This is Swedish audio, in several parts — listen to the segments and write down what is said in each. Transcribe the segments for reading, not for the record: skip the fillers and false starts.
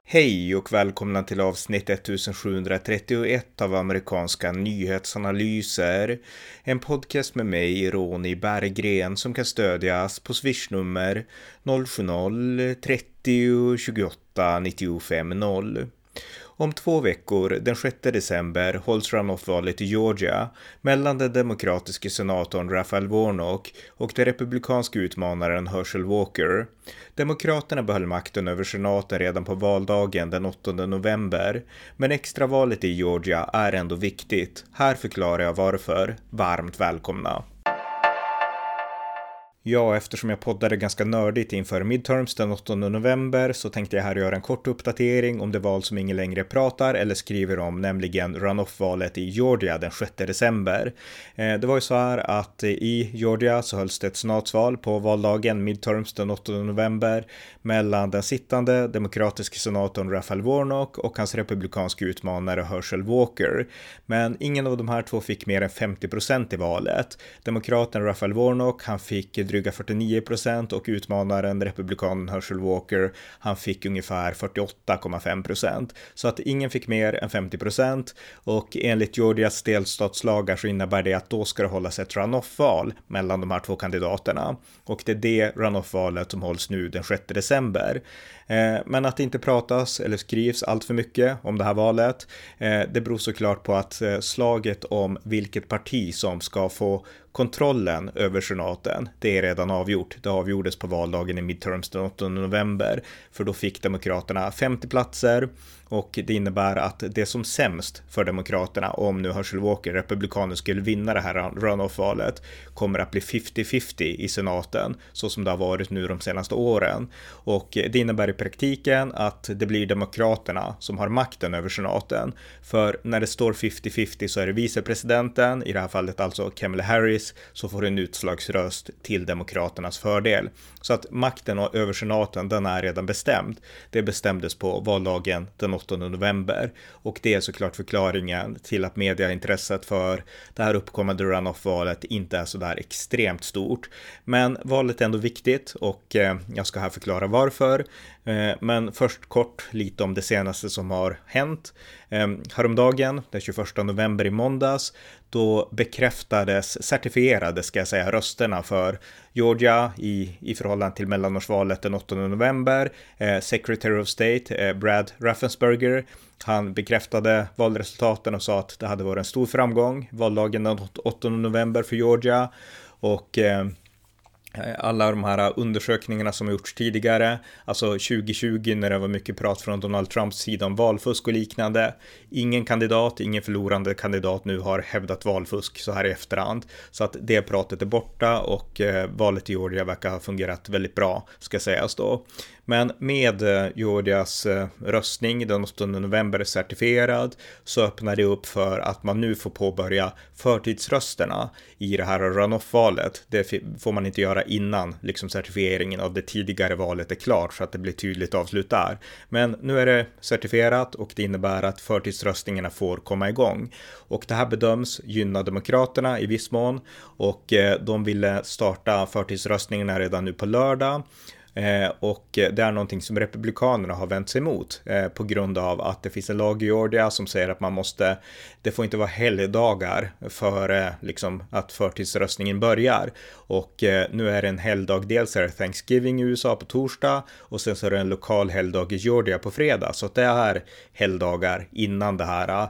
Hej och välkomna till avsnitt 1731 av amerikanska nyhetsanalyser. En podcast med mig, Ronny Berggren, som kan stödjas på swishnummer 070-30 28 95 0. Om 2 veckor, den 6 december, hålls runoff-valet i Georgia mellan den demokratiska senatorn Raphael Warnock och den republikanska utmanaren Herschel Walker. Demokraterna behöll makten över senaten redan på valdagen den 8 november, men extravalet i Georgia är ändå viktigt. Här förklarar jag varför. Varmt välkomna! Ja, eftersom jag poddade ganska nördigt inför midterms den 8 november så tänkte jag här göra en kort uppdatering om det val som ingen längre pratar eller skriver om, nämligen runoff-valet i Georgia den 6 december. Det var ju så här att i Georgia så hölls det ett senatsval på valdagen midterms den 8 november mellan den sittande demokratiska senatorn Raphael Warnock och hans republikanska utmanare Herschel Walker. Men ingen av de här två fick mer än 50% i valet. Demokraten Raphael Warnock, han fick dryga 49% och utmanaren republikanen Herschel Walker, han fick ungefär 48,5%. Så att ingen fick mer än 50%, och enligt Georgias delstatslagar så innebär det att då ska det hållas ett runoff-val mellan de här två kandidaterna, och det är det runoff-valet som hålls nu den 6 december. Men att det inte pratas eller skrivs allt för mycket om det här valet, det beror såklart på att slaget om vilket parti som ska få kontrollen över senaten, det är redan avgjort. Det avgjordes på valdagen i midterms den 8 november, för då fick demokraterna 50 platser, och det innebär att det som sämst för demokraterna, om nu Herschel Walker, republikaner, skulle vinna det här runoff-valet, kommer att bli 50-50 i senaten, så som det har varit nu de senaste åren. Och det innebär i praktiken att det blir demokraterna som har makten över senaten, för när det står 50-50 så är det vicepresidenten, i det här fallet alltså Kamala Harris, så får en utslagsröst till demokraternas fördel. Så att makten över senaten, den är redan bestämd. Det bestämdes på valdagen den 8 november, och det är såklart förklaringen till att mediaintresset för det här uppkommande runoff-valet inte är så där extremt stort. Men valet är ändå viktigt, och jag ska här förklara varför. Men först kort lite om det senaste som har hänt. Häromdagen, den 21 november i måndags, då certifierades ska jag säga, rösterna för Georgia i förhållande till mellanårsvalet den 8 november. Secretary of State Brad Raffensperger, han bekräftade valresultaten och sa att det hade varit en stor framgång valdagen den 8 november för Georgia, och alla de här undersökningarna som har gjorts tidigare, alltså 2020 när det var mycket prat från Donald Trumps sida om valfusk och liknande, ingen förlorande kandidat nu har hävdat valfusk så här i efterhand, så att det pratet är borta, och valet i Georgia verkar ha fungerat väldigt bra, ska sägas då. Men med Georgias röstning den 8 november certifierad, så öppnar det upp för att man nu får påbörja förtidsrösterna i det här runoff-valet. Det får man inte göra innan liksom certifieringen av det tidigare valet är klart, så att det blir tydligt avslut där. Men nu är det certifierat, och det innebär att förtidsröstningarna får komma igång. Och det här bedöms gynna demokraterna i viss mån, och de ville starta förtidsröstningarna redan nu på lördag. Och det är någonting som republikanerna har vänt sig emot på grund av att det finns en lag i Georgia som säger att det får inte vara helgdagar före liksom att förtidsröstningen börjar, och nu är det en helgdag, dels är det Thanksgiving i USA på torsdag, och sen så är det en lokal helgdag i Georgia på fredag, så att det är helgdagar innan det här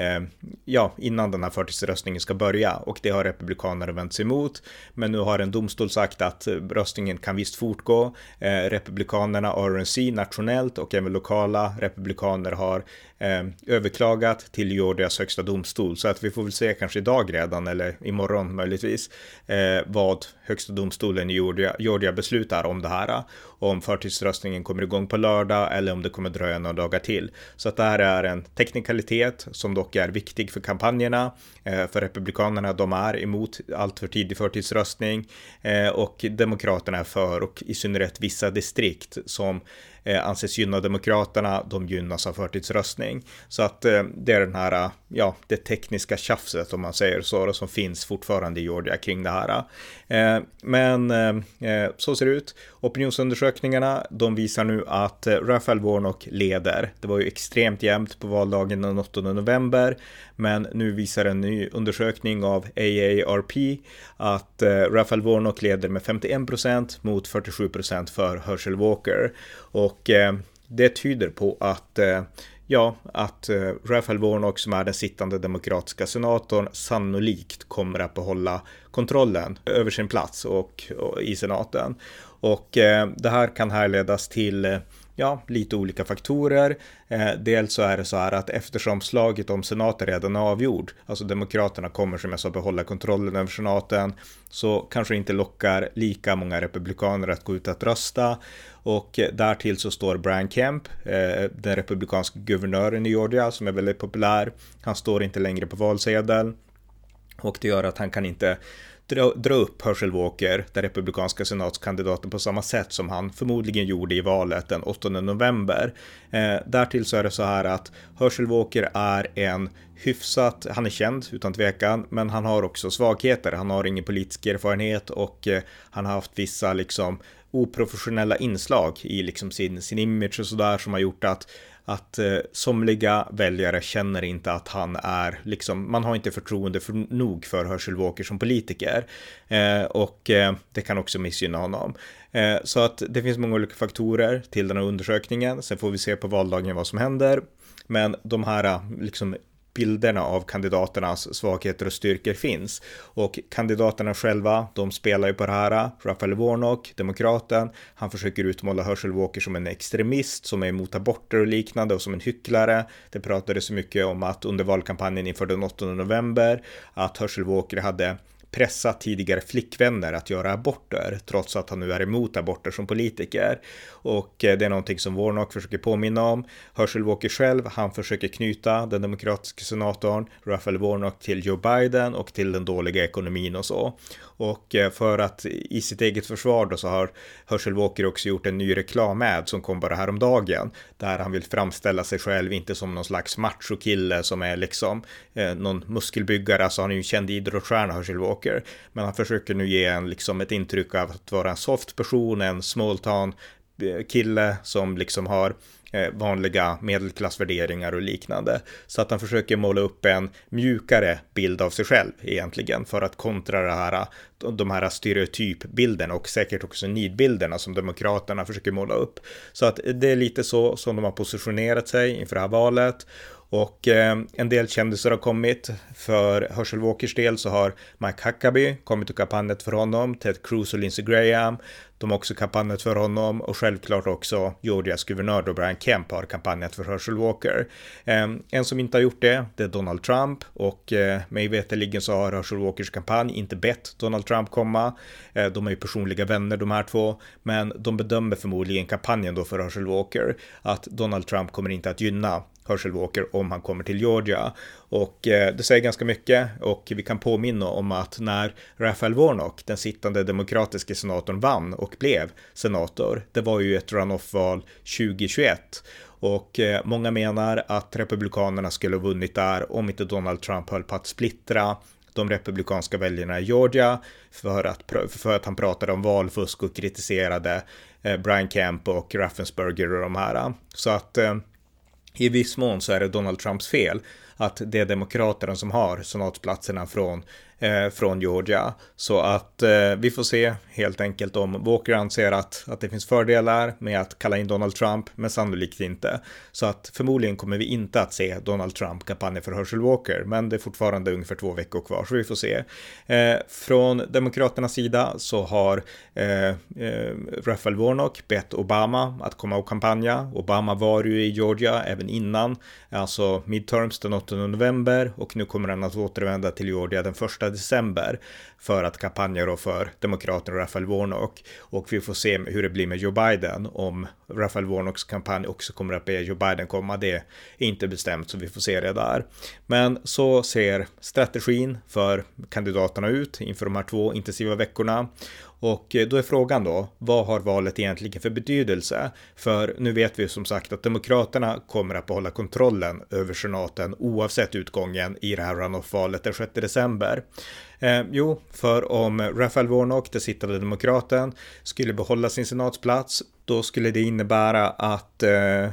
innan den här förtidsröstningen ska börja, och det har republikanerna vänt sig emot. Men nu har en domstol sagt att röstningen kan visst fortgå. Republikanerna, RNC nationellt och även lokala republikaner har överklagat till Georgias högsta domstol, så att vi får väl se kanske idag redan eller imorgon möjligtvis vad högsta domstolen i Georgia beslutar om det här, om förtidsröstningen kommer igång på lördag eller om det kommer dröja några dagar till. Så att det här är en teknikalitet som dock är viktig för kampanjerna, för republikanerna, de är emot allt för tidig förtidsröstning, och demokraterna är för, och i synnerhet vissa distrikt som anses gynna demokraterna, de gynnas av förtidsröstning. Så att det är den här, det tekniska tjafset om man säger så, som finns fortfarande i Georgia kring det här. Men så ser det ut. Opinionsundersökningarna, de visar nu att Raphael Warnock leder. Det var ju extremt jämnt på valdagen den 8 november, men nu visar en ny undersökning av AARP att Raphael Warnock leder med 51% mot 47% för Herschel Walker. Och det tyder på att Raphael Warnock, som är den sittande demokratiska senatorn, sannolikt kommer att behålla kontrollen över sin plats och i senaten. Och det här kan härledas till lite olika faktorer. Dels så är det så här att eftersom slaget om senaten redan är avgjord, alltså demokraterna kommer som jag sa behålla kontrollen över senaten, så kanske inte lockar lika många republikaner att gå ut att rösta. Och därtill så står Brian Kemp, den republikanska guvernören i Georgia som är väldigt populär. Han står inte längre på valsedeln och det gör att han kan inte dra upp Herschel Walker, den republikanska senatskandidaten, på samma sätt som han förmodligen gjorde i valet den 8 november. Därtill så är det så här att Herschel Walker är han är känd utan tvekan, men han har också svagheter. Han har ingen politisk erfarenhet och han har haft vissa oprofessionella inslag i sin image och sådär, som har gjort att somliga väljare känner inte att han är man har inte förtroende nog för Herschel Walker som politiker, och det kan också missgynna honom. Så att det finns många olika faktorer till den här undersökningen. Sen får vi se på valdagen vad som händer, men de här bilderna av kandidaternas svagheter och styrkor finns. Och kandidaterna själva, de spelar ju på det här. Raphael Warnock, demokraten, han försöker utmåla Herschel Walker som en extremist, som är emot aborter och liknande, och som en hycklare. Det pratades så mycket om att under valkampanjen inför den 8 november att Herschel Walker hade pressat tidigare flickvänner att göra aborter, trots att han nu är emot aborter som politiker. Och det är någonting som Warnock försöker påminna om. Herschel Walker själv, han försöker knyta den demokratiska senatorn Raphael Warnock till Joe Biden och till den dåliga ekonomin och så. Och för att i sitt eget försvar då, så har Herschel Walker också gjort en ny reklamad som kom bara häromdagen, där han vill framställa sig själv inte som någon slags machokille som är någon muskelbyggare. Alltså han är ju en känd idrottsstjärna, Herschel Walker, men han försöker nu ge ett intryck av att vara en soft person, en small town kille som har vanliga medelklassvärderingar och liknande. Så att han försöker måla upp en mjukare bild av sig själv egentligen, för att kontra de här stereotypbilderna och säkert också nidbilderna som demokraterna försöker måla upp. Så att det är lite så som de har positionerat sig inför det här valet. Och en del kändisar har kommit. För Herschel Walkers del så har Mike Huckabee kommit och kampanjat för honom, Ted Cruz och Lindsey Graham. De har också kampanjat för honom, och självklart också Georgias guvernör då Brian Kemp har kampanjat för Herschel Walker. En som inte har gjort det är Donald Trump, och mig veterligen så har Herschel Walkers kampanj inte bett Donald Trump komma. De är ju personliga vänner de här två, men de bedömer förmodligen kampanjen då för Herschel Walker att Donald Trump kommer inte att gynna Herschel Walker om han kommer till Georgia. Och det säger ganska mycket, och vi kan påminna om att när Raphael Warnock, den sittande demokratiska senatorn, vann och blev senator, det var ju ett runoff-val 2021. Och många menar att republikanerna skulle ha vunnit där om inte Donald Trump höll på att splittra de republikanska väljarna i Georgia för att han pratade om valfusk och kritiserade Brian Kemp och Raffensperger och de här. Så att i viss mån så är det Donald Trumps fel att det är demokraterna som har senatsplatserna från Georgia. Så att vi får se helt enkelt om Walker anser att det finns fördelar med att kalla in Donald Trump, men sannolikt inte. Så att förmodligen kommer vi inte att se Donald Trump kampanja för Herschel Walker, men det är fortfarande ungefär 2 veckor kvar, så vi får se. Från demokraternas sida så har Raphael Warnock bett Obama att komma och kampanja. Obama var ju i Georgia även innan, alltså midterms den 8 november, och nu kommer han att återvända till Georgia den 1 december för att kampanja då för Demokraterna och Raphael Warnock. Och vi får se hur det blir med Joe Biden, om Raphael Warnocks kampanj också kommer att be Joe Biden komma. Det är inte bestämt, så vi får se det där. Men så ser strategin för kandidaterna ut inför de här 2 intensiva veckorna. Och då är frågan då, vad har valet egentligen för betydelse? För nu vet vi som sagt att Demokraterna kommer att behålla kontrollen över senaten oavsett utgången i det här runoff-valet den 6 december. För om Raphael Warnock, den sittande demokraten, skulle behålla sin senatsplats, då skulle det innebära att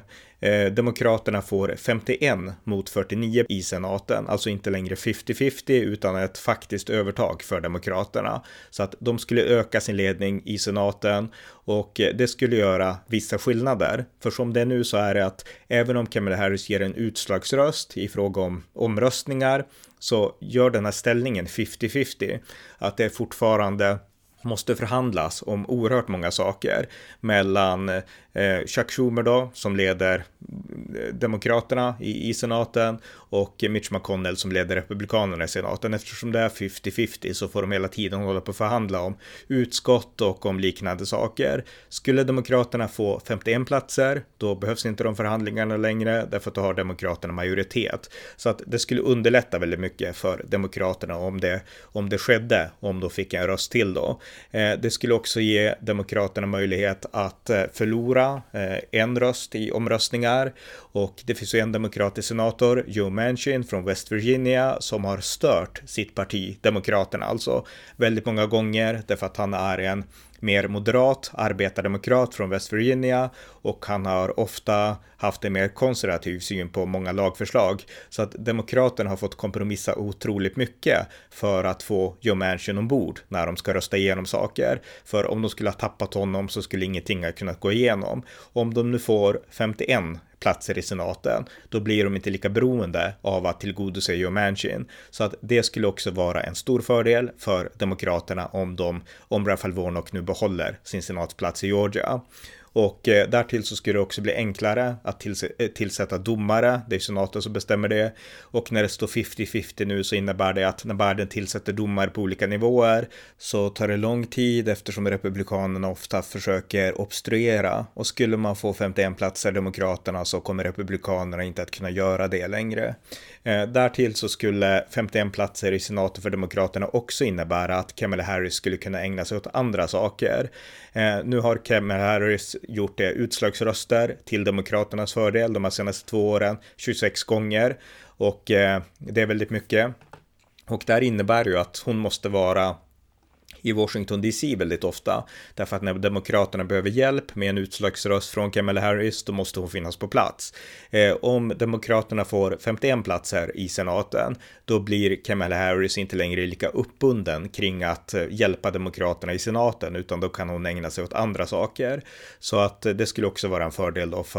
Demokraterna får 51 mot 49 i senaten, alltså inte längre 50-50 utan ett faktiskt övertag för Demokraterna. Så att de skulle öka sin ledning i senaten och det skulle göra vissa skillnader. För som det är nu så är det att även om Kamala Harris ger en utslagsröst i fråga om omröstningar, så gör den här ställningen 50-50 att det fortfarande måste förhandlas om oerhört många saker mellan Chuck Schumer då, som leder Demokraterna i senaten, och Mitch McConnell som leder Republikanerna i senaten. Eftersom det är 50-50 så får de hela tiden hålla på att förhandla om utskott och om liknande saker. Skulle Demokraterna få 51 platser, då behövs inte de förhandlingarna längre, därför att då har Demokraterna majoritet. Så att det skulle underlätta väldigt mycket för Demokraterna om det skedde, om de fick en röst till då. Det skulle också ge Demokraterna möjlighet att förlora en röst i omröstningar, och det finns ju en demokratisk senator, Joe Manchin från West Virginia, som har stört sitt parti, Demokraterna alltså, väldigt många gånger, därför att han är en mer moderat arbetardemokrat från West Virginia, och han har ofta haft en mer konservativ syn på många lagförslag, så att Demokraterna har fått kompromissa otroligt mycket för att få Joe Manchin ombord när de ska rösta igenom saker. För om de skulle ha tappat honom så skulle ingenting ha kunnat gå igenom. Om de nu får 51 platser i senaten, då blir de inte lika beroende av att tillgodose Joe Manchin. Så att det skulle också vara en stor fördel för Demokraterna om Raphael Warnock nu behåller sin senatsplats i Georgia. Och därtill så skulle det också bli enklare att tillsätta domare. Det är senaten som bestämmer det. Och när det står 50-50 nu så innebär det att när Biden tillsätter domare på olika nivåer så tar det lång tid, eftersom republikanerna ofta försöker obstruera. Och skulle man få 51 platser Demokraterna så kommer republikanerna inte att kunna göra det längre. Därtill så skulle 51 platser i senaten för Demokraterna också innebära att Kamala Harris skulle kunna ägna sig åt andra saker. Nu har Kamala Harris gjort det utslagsröster till Demokraternas fördel de här senaste 2 åren 26 gånger, och det är väldigt mycket. Och det här innebär ju att hon måste vara i Washington DC väldigt ofta, därför att när Demokraterna behöver hjälp med en utslagsröst från Kamala Harris, då måste hon finnas på plats. Om Demokraterna får 51 platser i senaten, då blir Kamala Harris inte längre lika uppbunden kring att hjälpa Demokraterna i senaten, utan då kan hon ägna sig åt andra saker. Så att det skulle också vara en fördel då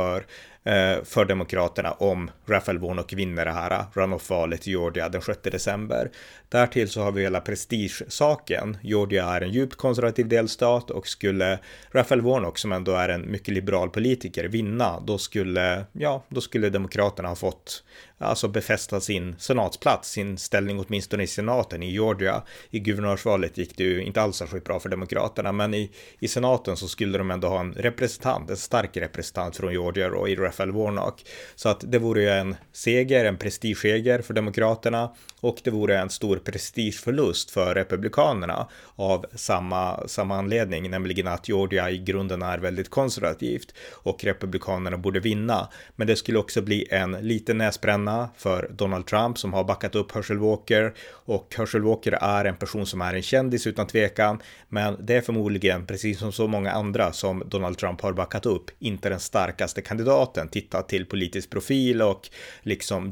för Demokraterna om Raphael Warnock vinner det här runoff-valet i Georgia den 6 december. Därtill så har vi hela prestigesaken. Georgia är en djupt konservativ delstat, och skulle Raphael Warnock, som ändå är en mycket liberal politiker, vinna, då skulle Demokraterna ha fått befästa sin senatsplats, sin ställning åtminstone i senaten i Georgia. I guvernörsvalet gick det ju inte alls särskilt bra för Demokraterna, men i senaten så skulle de ändå ha en stark representant från Georgia och i Raphael Warnock. Så att det vore ju en prestigeseger för Demokraterna, och det vore en stor prestigeförlust för Republikanerna av samma anledning, nämligen att Georgia i grunden är väldigt konservativt och Republikanerna borde vinna. Men det skulle också bli en liten näsbränna för Donald Trump, som har backat upp Herschel Walker, och Herschel Walker är en person som är en kändis utan tvekan, men det är förmodligen, precis som så många andra som Donald Trump har backat upp, inte den starkaste kandidaten. Titta till politisk profil och liksom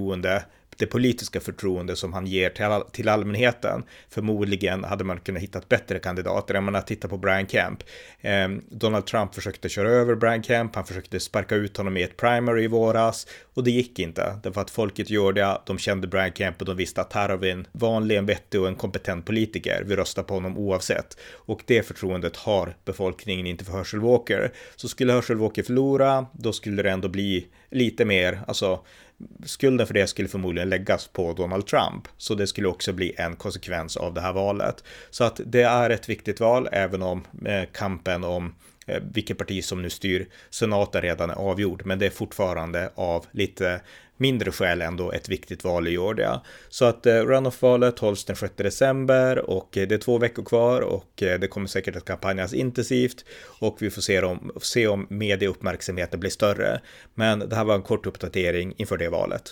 det politiska förtroende som han ger till allmänheten. Förmodligen hade man kunnat hitta bättre kandidater än man att titta på Brian Kemp. Donald Trump försökte köra över Brian Kemp, han försökte sparka ut honom i ett primary i våras, och det gick inte. Därför att folket gjorde det, de kände Brian Kemp och de visste att här har vi en vanlig, en vettig och en kompetent politiker. Vi röstar på honom oavsett. Och det förtroendet har befolkningen inte för Herschel Walker. Så skulle Herschel Walker förlora, då skulle det ändå bli lite mer, skulden för det skulle förmodligen läggas på Donald Trump. Så det skulle också bli en konsekvens av det här valet. Så att det är ett viktigt val, även om kampen om vilket parti som nu styr senaten redan är avgjord. Men det är fortfarande av lite mindre skäl ändå ett viktigt val i Georgia. Så att runoff-valet hålls den 6 december och det är 2 veckor kvar och det kommer säkert att kampanjas intensivt och vi får se om medieuppmärksamheten blir större. Men det här var en kort uppdatering inför det valet.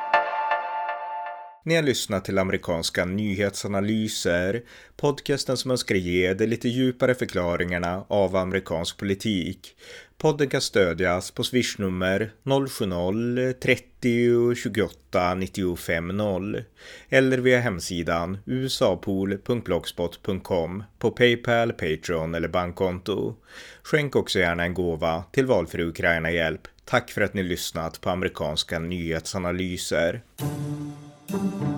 Ni har lyssnat till amerikanska nyhetsanalyser, podcasten som önskar ge de lite djupare förklaringarna av amerikansk politik. Podden kan stödjas på swishnummer 070-30 28 95 0 eller via hemsidan usapool.blogspot.com på PayPal, Patreon eller bankkonto. Skänk också gärna en gåva till valfri Ukraina-hjälp. Tack för att ni lyssnat på amerikanska nyhetsanalyser.